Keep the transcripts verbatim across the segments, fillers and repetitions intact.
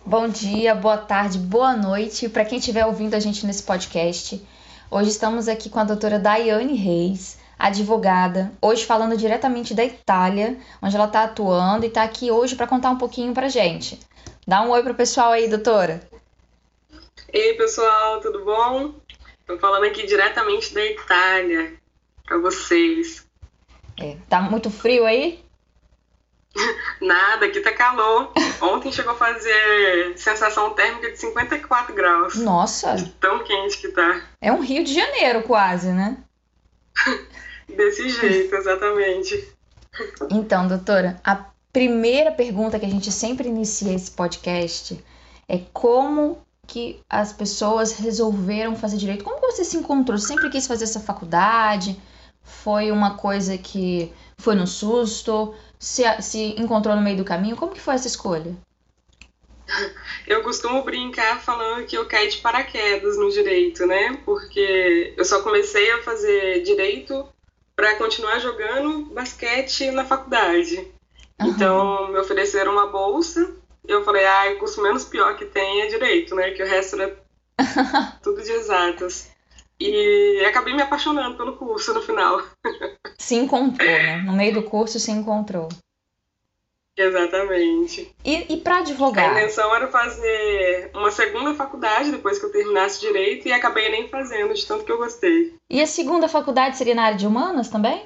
Bom dia, boa tarde, boa noite para quem estiver ouvindo a gente nesse podcast. Hoje estamos aqui com a doutora Daiane Reis, advogada, hoje falando diretamente da Itália, onde ela está atuando e está aqui hoje para contar um pouquinho para gente. Dá um oi pro pessoal aí, doutora. Ei, pessoal, tudo bom? Estou falando aqui diretamente da Itália para vocês. É, tá muito frio aí? Nada, aqui tá calor. Ontem chegou a fazer sensação térmica de cinquenta e quatro graus. Nossa! De tão quente que tá. É um Rio de Janeiro quase, né? Desse jeito, exatamente. Então, doutora, a primeira pergunta que a gente sempre inicia esse podcast é como que as pessoas resolveram fazer direito? Como que você se encontrou? Sempre quis fazer essa faculdade? Foi uma coisa que foi no susto? Se, se encontrou no meio do caminho? Como que foi essa escolha? Eu costumo brincar falando que eu caí de paraquedas no direito, né? Porque eu só comecei a fazer direito para continuar jogando basquete na faculdade. Uhum. Então, me ofereceram uma bolsa e eu falei, ah, o curso menos pior que tem é direito, né? Que o resto era tudo de exatas. E acabei me apaixonando pelo curso no final. Se encontrou, né? No meio do curso se encontrou. Exatamente. E, e para advogar? A intenção era fazer uma segunda faculdade depois que eu terminasse direito e acabei nem fazendo, de tanto que eu gostei. E a segunda faculdade seria na área de humanas também?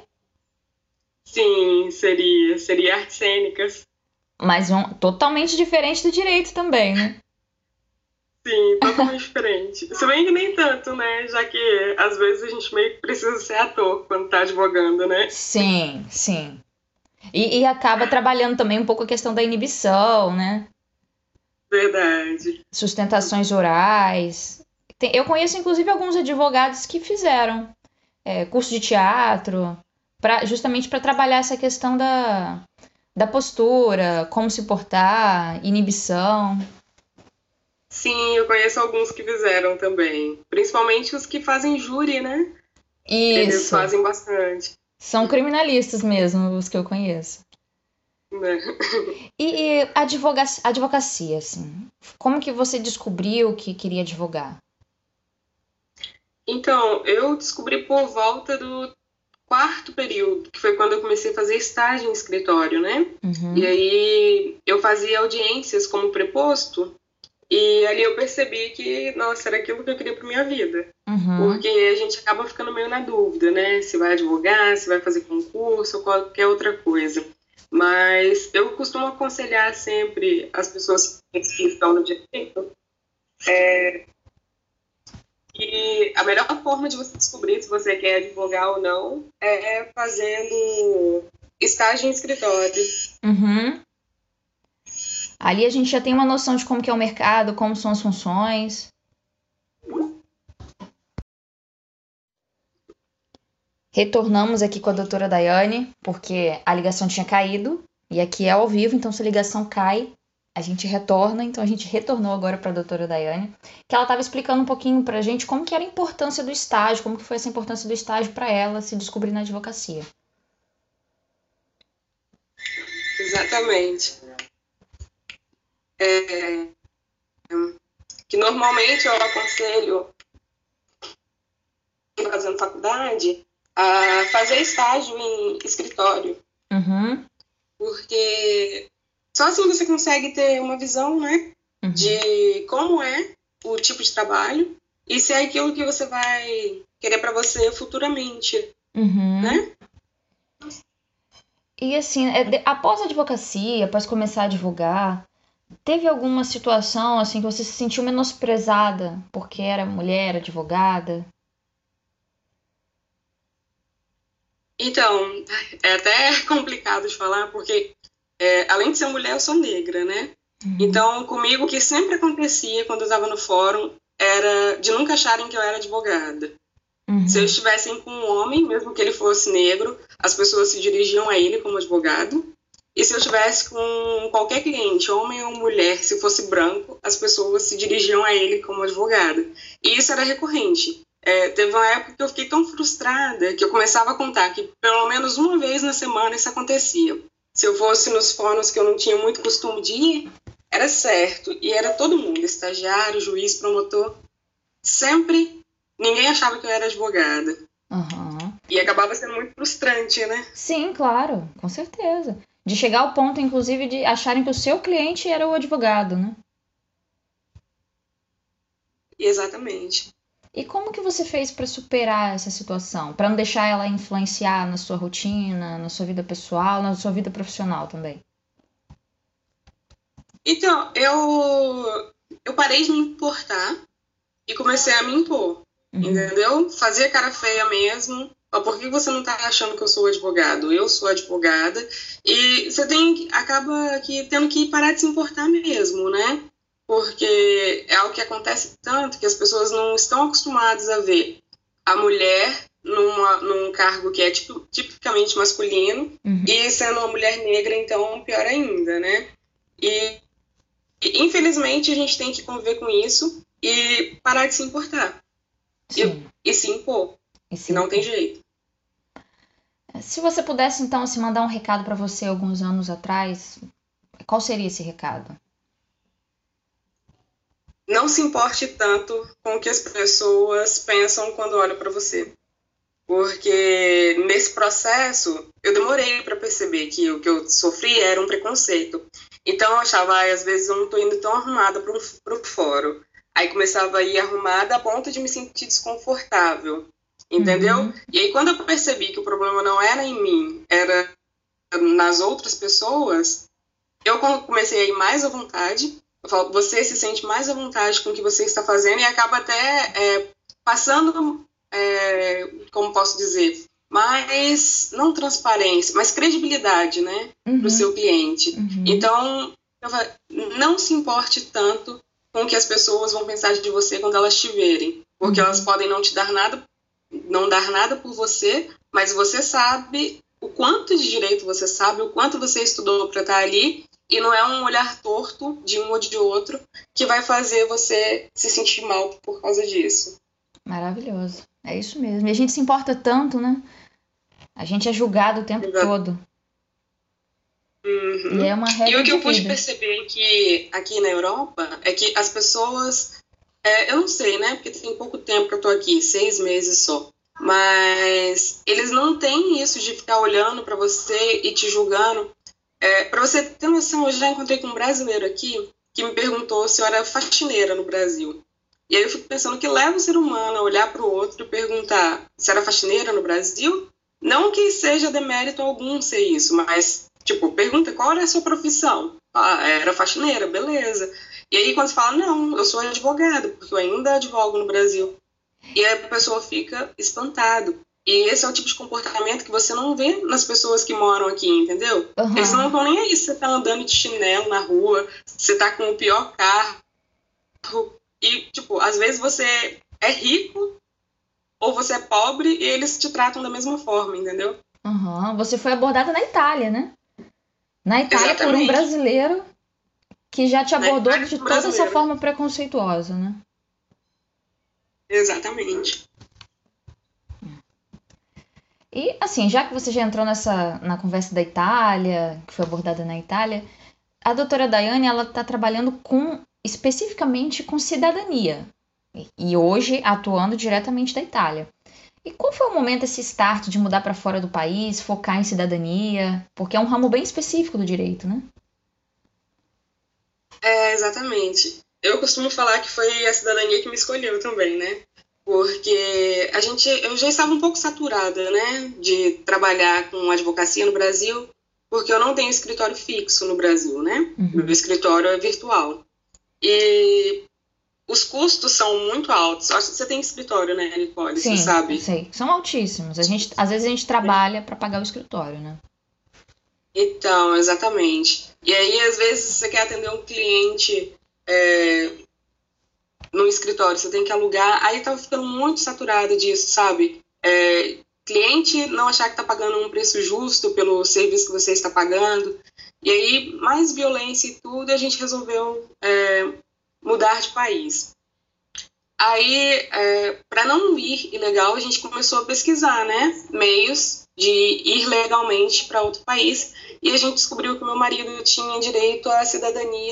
Sim, seria. Seria artes cênicas. Mas um, totalmente diferente do direito também, né? Sim, totalmente diferente. Se bem que nem tanto, né? Já que às vezes a gente meio que precisa ser ator quando tá advogando, né? Sim, sim. E, e acaba trabalhando também um pouco a questão da inibição, né? Verdade. Sustentações orais. Tem, eu conheço, inclusive, alguns advogados que fizeram é, curso de teatro, pra, justamente para trabalhar essa questão da, da postura, como se portar, inibição. Sim, eu conheço alguns que fizeram também. Principalmente os que fazem júri, né? Isso. Eles fazem bastante. São criminalistas mesmo, os que eu conheço. Né? E, e advocacia, advocacia, assim, como que você descobriu que queria advogar? Então, eu descobri por volta do quarto período, que foi quando eu comecei a fazer estágio em escritório, né? Uhum. E aí eu fazia audiências como preposto. E ali eu percebi que, nossa, era aquilo que eu queria para minha vida. Uhum. Porque a gente acaba ficando meio na dúvida, né? Se vai advogar, se vai fazer concurso ou qualquer outra coisa. Mas eu costumo aconselhar sempre as pessoas que estão no direito é, que a melhor forma de você descobrir se você quer advogar ou não é fazendo estágio em escritório. Uhum. Ali a gente já tem uma noção de como que é o mercado, como são as funções. Retornamos aqui com a doutora Daiane, porque a ligação tinha caído, e aqui é ao vivo, então se a ligação cai, a gente retorna. Então a gente retornou agora para a doutora Daiane, que ela estava explicando um pouquinho para a gente como que era a importância do estágio, como que foi essa importância do estágio para ela se descobrir na advocacia. Exatamente. É, que normalmente eu aconselho fazendo faculdade a fazer estágio em escritório. Uhum. Porque só assim você consegue ter uma visão, né, uhum. de como é o tipo de trabalho e se é aquilo que você vai querer para você futuramente, uhum. né? E assim, após a advocacia, após começar a advogar, teve alguma situação assim que você se sentiu menosprezada porque era mulher, advogada? Então, é até complicado de falar, porque é, além de ser mulher, eu sou negra, né? Uhum. Então, comigo, o que sempre acontecia quando eu estava no fórum era de nunca acharem que eu era advogada. Uhum. Se eles estivessem com um homem, mesmo que ele fosse negro, as pessoas se dirigiam a ele como advogado. E se eu estivesse com qualquer cliente, homem ou mulher, se fosse branco, as pessoas se dirigiam a ele como advogado. E isso era recorrente. É, teve uma época que eu fiquei tão frustrada que eu começava a contar que pelo menos uma vez na semana isso acontecia. Se eu fosse nos fóruns que eu não tinha muito costume de ir, era certo, e era todo mundo, estagiário, juiz, promotor, sempre ninguém achava que eu era advogada. Uhum. E acabava sendo muito frustrante, né? Sim, claro, com certeza. De chegar ao ponto, inclusive, de acharem que o seu cliente era o advogado, né? Exatamente. E como que você fez para superar essa situação? Para não deixar ela influenciar na sua rotina, na sua vida pessoal, na sua vida profissional também? Então, eu, eu parei de me importar e comecei a me impor, Uhum. entendeu? Fazia cara feia mesmo. Ó, por que você não tá achando que eu sou advogado? Eu sou advogada. E você tem, acaba que, tendo que parar de se importar mesmo, né? Porque é algo que acontece tanto que as pessoas não estão acostumadas a ver a mulher numa, num cargo que é tipo, tipicamente masculino, Uhum. e sendo uma mulher negra, então pior ainda, né? E, e infelizmente a gente tem que conviver com isso e parar de se importar. Sim. E, e se impor. E sim. Não tem jeito. Se você pudesse, então, se mandar um recado para você alguns anos atrás, qual seria esse recado? Não se importe tanto com o que as pessoas pensam quando olham para você. Porque nesse processo eu demorei para perceber que o que eu sofri era um preconceito. Então eu achava, ah, às vezes eu não estou indo tão arrumada para o fórum. Aí começava a ir arrumada a ponto de me sentir desconfortável, entendeu? Uhum. E aí quando eu percebi que o problema não era em mim, era nas outras pessoas, eu comecei a ir mais à vontade. Eu falo, você se sente mais à vontade com o que você está fazendo e acaba até é, passando, é, como posso dizer, mais, não transparência, mas credibilidade, né, Uhum. para o seu cliente. Uhum. Então, eu falo, não se importe tanto com o que as pessoas vão pensar de você quando elas te verem, porque Uhum. elas podem não te dar nada, não dar nada por você, mas você sabe o quanto de direito você sabe, o quanto você estudou para estar ali. E não é um olhar torto de um ou de outro que vai fazer você se sentir mal por causa disso. Maravilhoso. É isso mesmo. E a gente se importa tanto, né? A gente é julgado o tempo Exato. todo. Uhum. E é uma regra E o que de eu pude vida. perceber que aqui na Europa é que as pessoas... É, eu não sei, né? Porque tem pouco tempo que eu tô aqui, seis meses só. Mas eles não têm isso de ficar olhando para você e te julgando. É, para você ter noção, eu já encontrei com um brasileiro aqui que me perguntou se eu era faxineira no Brasil. E aí eu fico pensando que leva o ser humano a olhar para o outro e perguntar se era faxineira no Brasil. Não que seja demérito algum ser isso, mas, tipo, pergunta qual era a sua profissão. Ah, era faxineira, beleza. E aí quando você fala, não, eu sou advogada, porque eu ainda advogo no Brasil. E aí a pessoa fica espantada. E esse é o tipo de comportamento que você não vê nas pessoas que moram aqui, entendeu? Uhum. Eles não estão nem aí se você tá andando de chinelo na rua, se você tá com o pior carro. E, tipo, às vezes você é rico ou você é pobre e eles te tratam da mesma forma, entendeu? Uhum. Você foi abordada na Itália, né? Na Itália Exatamente. por um brasileiro que já te abordou Itália, de um toda brasileiro. essa forma preconceituosa, né? Exatamente. E, assim, já que você já entrou nessa, na conversa da Itália, que foi abordada na Itália, a doutora Daiane, ela está trabalhando com, especificamente com cidadania. E, e hoje atuando diretamente da Itália. E qual foi o momento, esse start de mudar para fora do país, focar em cidadania? Porque é um ramo bem específico do direito, né? É, exatamente. Eu costumo falar que foi a cidadania que me escolheu também, né? Porque a gente, eu já estava um pouco saturada, né, de trabalhar com advocacia no Brasil, porque eu não tenho escritório fixo no Brasil, né? Uhum. Meu escritório é virtual. E os custos são muito altos. Acho que você tem escritório, né, Nicole? Sim, você sabe? sei. São altíssimos. A gente, às vezes a gente trabalha para pagar o escritório, né? Então, exatamente. E aí, às vezes, você quer atender um cliente é, no escritório, você tem que alugar. Aí tava ficando muito saturada disso, sabe? É, cliente não achar que está pagando um preço justo pelo serviço que você está pagando. E aí, mais violência e tudo, a gente resolveu é, mudar de país. Aí, é, para não ir ilegal, a gente começou a pesquisar, né, meios de ir legalmente para outro país. E a gente descobriu que o meu marido tinha direito à cidadania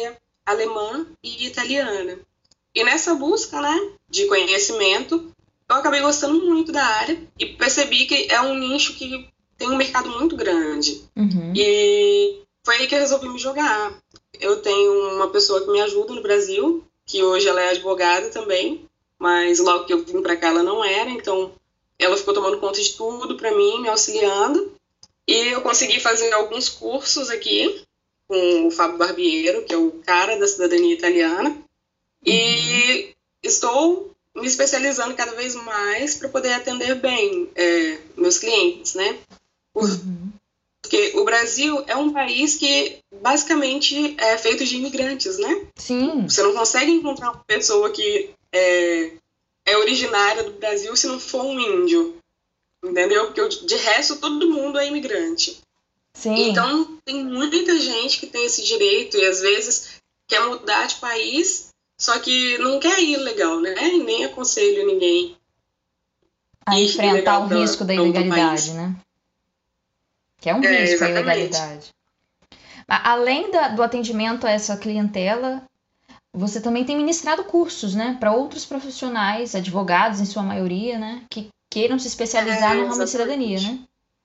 alemã e italiana. E nessa busca, né, de conhecimento, eu acabei gostando muito da área e percebi que é um nicho que tem um mercado muito grande. Uhum. E foi aí que eu resolvi me jogar. Eu tenho uma pessoa que me ajuda no Brasil, que hoje ela é advogada também, mas logo que eu vim para cá ela não era, então ela ficou tomando conta de tudo para mim, me auxiliando. E eu consegui fazer alguns cursos aqui com o Fábio Barbiero, que é o cara da cidadania italiana. E uhum. estou me especializando cada vez mais para poder atender bem é, meus clientes, né? Por, uhum. Porque o Brasil é um país que basicamente é feito de imigrantes, né? Sim. Você não consegue encontrar uma pessoa que é, é originária do Brasil se não for um índio, entendeu? Porque de resto todo mundo é imigrante. Sim. Então tem muita gente que tem esse direito e às vezes quer mudar de país, só que não quer ir legal, né? E nem aconselho ninguém a enfrentar o risco da ilegalidade, né? Que é um é, risco exatamente. a ilegalidade. Além da, do atendimento a essa clientela, você também tem ministrado cursos, né? Para outros profissionais, advogados em sua maioria, né? Que queiram se especializar é, no ramo de cidadania, né?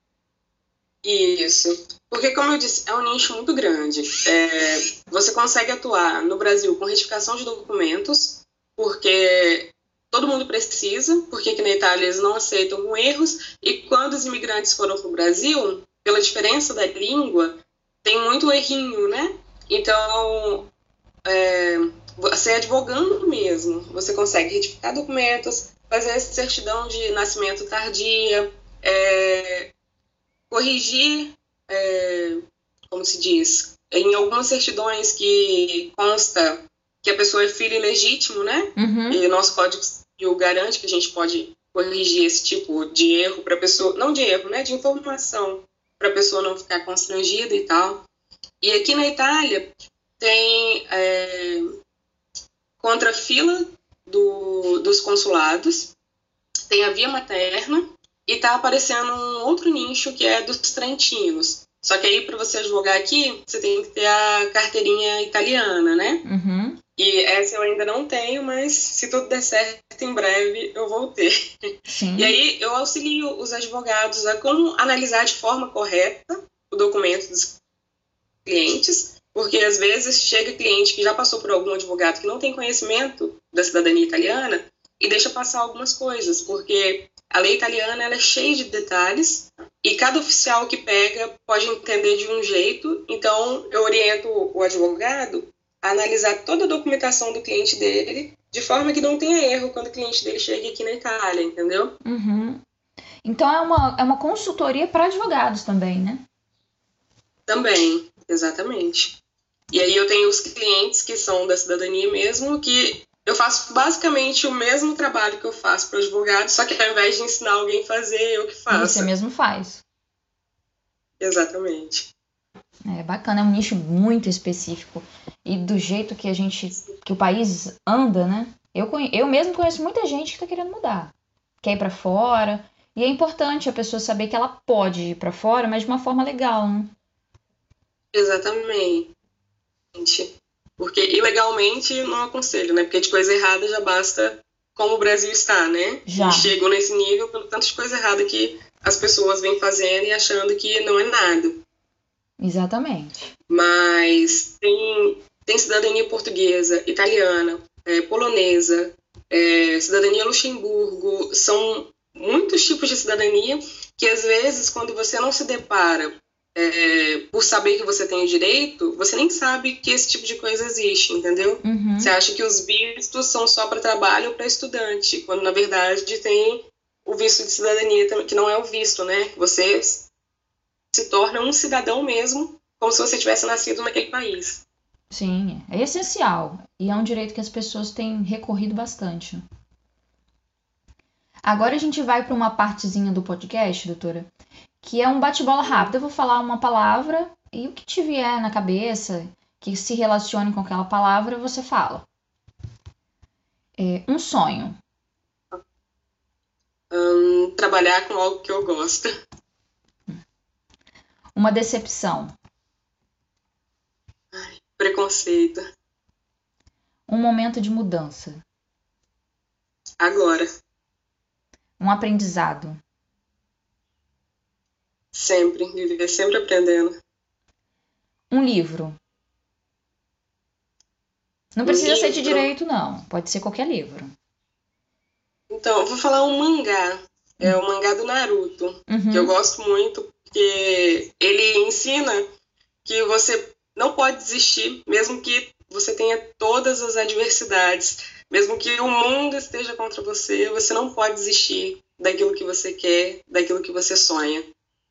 Isso. Porque, como eu disse, é um nicho muito grande. É, você consegue atuar no Brasil com retificação de documentos, porque todo mundo precisa, porque aqui na Itália eles não aceitam com erros, e quando os imigrantes foram para o Brasil, pela diferença da língua, tem muito errinho, né? Então, é, você advogando mesmo, você consegue retificar documentos, fazer certidão de nascimento tardia, é, corrigir, é, como se diz, em algumas certidões que consta que a pessoa é filho ilegítimo, né? Uhum. E nosso Código Civil garante que a gente pode corrigir esse tipo de erro para a pessoa, não de erro, né? De informação, para a pessoa não ficar constrangida e tal. E aqui na Itália tem é, contra a fila do, dos consulados, tem a via materna, e está aparecendo um outro nicho que é dos trentinos. Só que aí, para você advogar aqui, você tem que ter a carteirinha italiana, né? Uhum. E essa eu ainda não tenho, mas se tudo der certo, em breve eu vou ter. Sim. E aí eu auxilio os advogados a como analisar de forma correta o documento dos clientes, porque às vezes chega cliente que já passou por algum advogado que não tem conhecimento da cidadania italiana e deixa passar algumas coisas, porque a lei italiana ela é cheia de detalhes e cada oficial que pega pode entender de um jeito. Então, eu oriento o advogado a analisar toda a documentação do cliente dele de forma que não tenha erro quando o cliente dele chegue aqui na Itália, entendeu? Uhum. Então, é uma, é uma consultoria para advogados também, né? Também, exatamente. E aí eu tenho os clientes que são da cidadania mesmo, que eu faço basicamente o mesmo trabalho que eu faço para o advogado, só que ao invés de ensinar alguém a fazer, eu que faço. Você mesmo faz. Exatamente. É bacana, é um nicho muito específico. E do jeito que a gente, que o país anda, né? Eu, conhe, eu mesmo conheço muita gente que está querendo mudar. Quer ir para fora. E é importante a pessoa saber que ela pode ir para fora, mas de uma forma legal, né? Exatamente. Porque ilegalmente não aconselho, né? Porque de coisa errada já basta como o Brasil está, né? Já. E chegam nesse nível pelo tanto de coisa errada que as pessoas vêm fazendo e achando que não é nada. Exatamente. Mas tem, tem cidadania portuguesa, italiana, é, polonesa, é, cidadania Luxemburgo. São muitos tipos de cidadania que às vezes quando você não se depara É, por saber que você tem o direito, você nem sabe que esse tipo de coisa existe, entendeu? Uhum. Você acha que os vistos são só para trabalho ou para estudante, quando na verdade tem o visto de cidadania, que não é o visto, né? Você se torna um cidadão mesmo, como se você tivesse nascido naquele país. Sim, é essencial. E é um direito que as pessoas têm recorrido bastante. Agora a gente vai para uma partezinha do podcast, doutora, que é um bate-bola rápido. Eu vou falar uma palavra e o que te vier na cabeça, que se relacione com aquela palavra, você fala. É, um sonho. Hum, trabalhar com algo que eu gosto. Uma decepção. Ai, preconceito. Um momento de mudança. Agora. Um aprendizado. Sempre. Viver sempre aprendendo. Um livro. Não Um precisa ser de livro. direito, não. Pode ser qualquer livro. Então, eu vou falar um mangá. É o mangá do Naruto. Uhum. Que eu gosto muito, porque ele ensina que você não pode desistir, mesmo que você tenha todas as adversidades, mesmo que o mundo esteja contra você, você não pode desistir daquilo que você quer, daquilo que você sonha.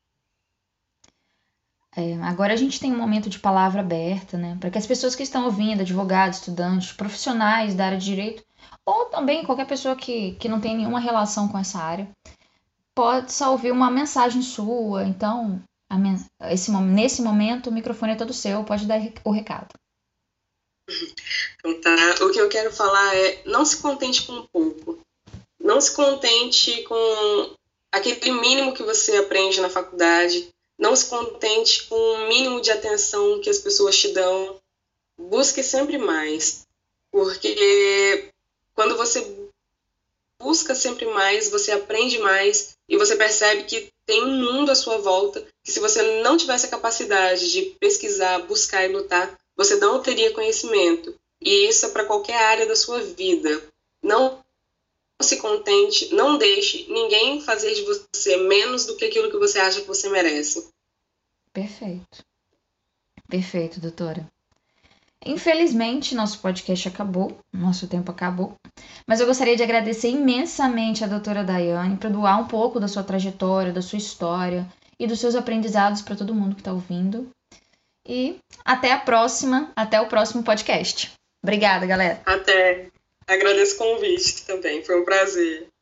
É, agora a gente tem um momento de palavra aberta, né? Para que as pessoas que estão ouvindo, advogados, estudantes, profissionais da área de direito, ou também qualquer pessoa que, que não tem nenhuma relação com essa área, possa ouvir uma mensagem sua. Então, a men- esse, mom- nesse momento, o microfone é todo seu, pode dar re- o recado. Então, tá. O que eu quero falar é: não se contente com pouco. Não se contente com aquele mínimo que você aprende na faculdade. Não se contente com o mínimo de atenção que as pessoas te dão. Busque sempre mais. Porque quando você busca sempre mais, você aprende mais e você percebe que tem um mundo à sua volta que, se você não tivesse a capacidade de pesquisar, buscar e lutar, você não teria conhecimento. E isso é para qualquer área da sua vida. Não se contente, não deixe ninguém fazer de você menos do que aquilo que você acha que você merece. Perfeito. Perfeito, doutora. Infelizmente, nosso podcast acabou, nosso tempo acabou, mas eu gostaria de agradecer imensamente a doutora Daiane por doar um pouco da sua trajetória, da sua história e dos seus aprendizados para todo mundo que está ouvindo. E até a próxima, até o próximo podcast. Obrigada, galera. Até. Agradeço o convite também, foi um prazer.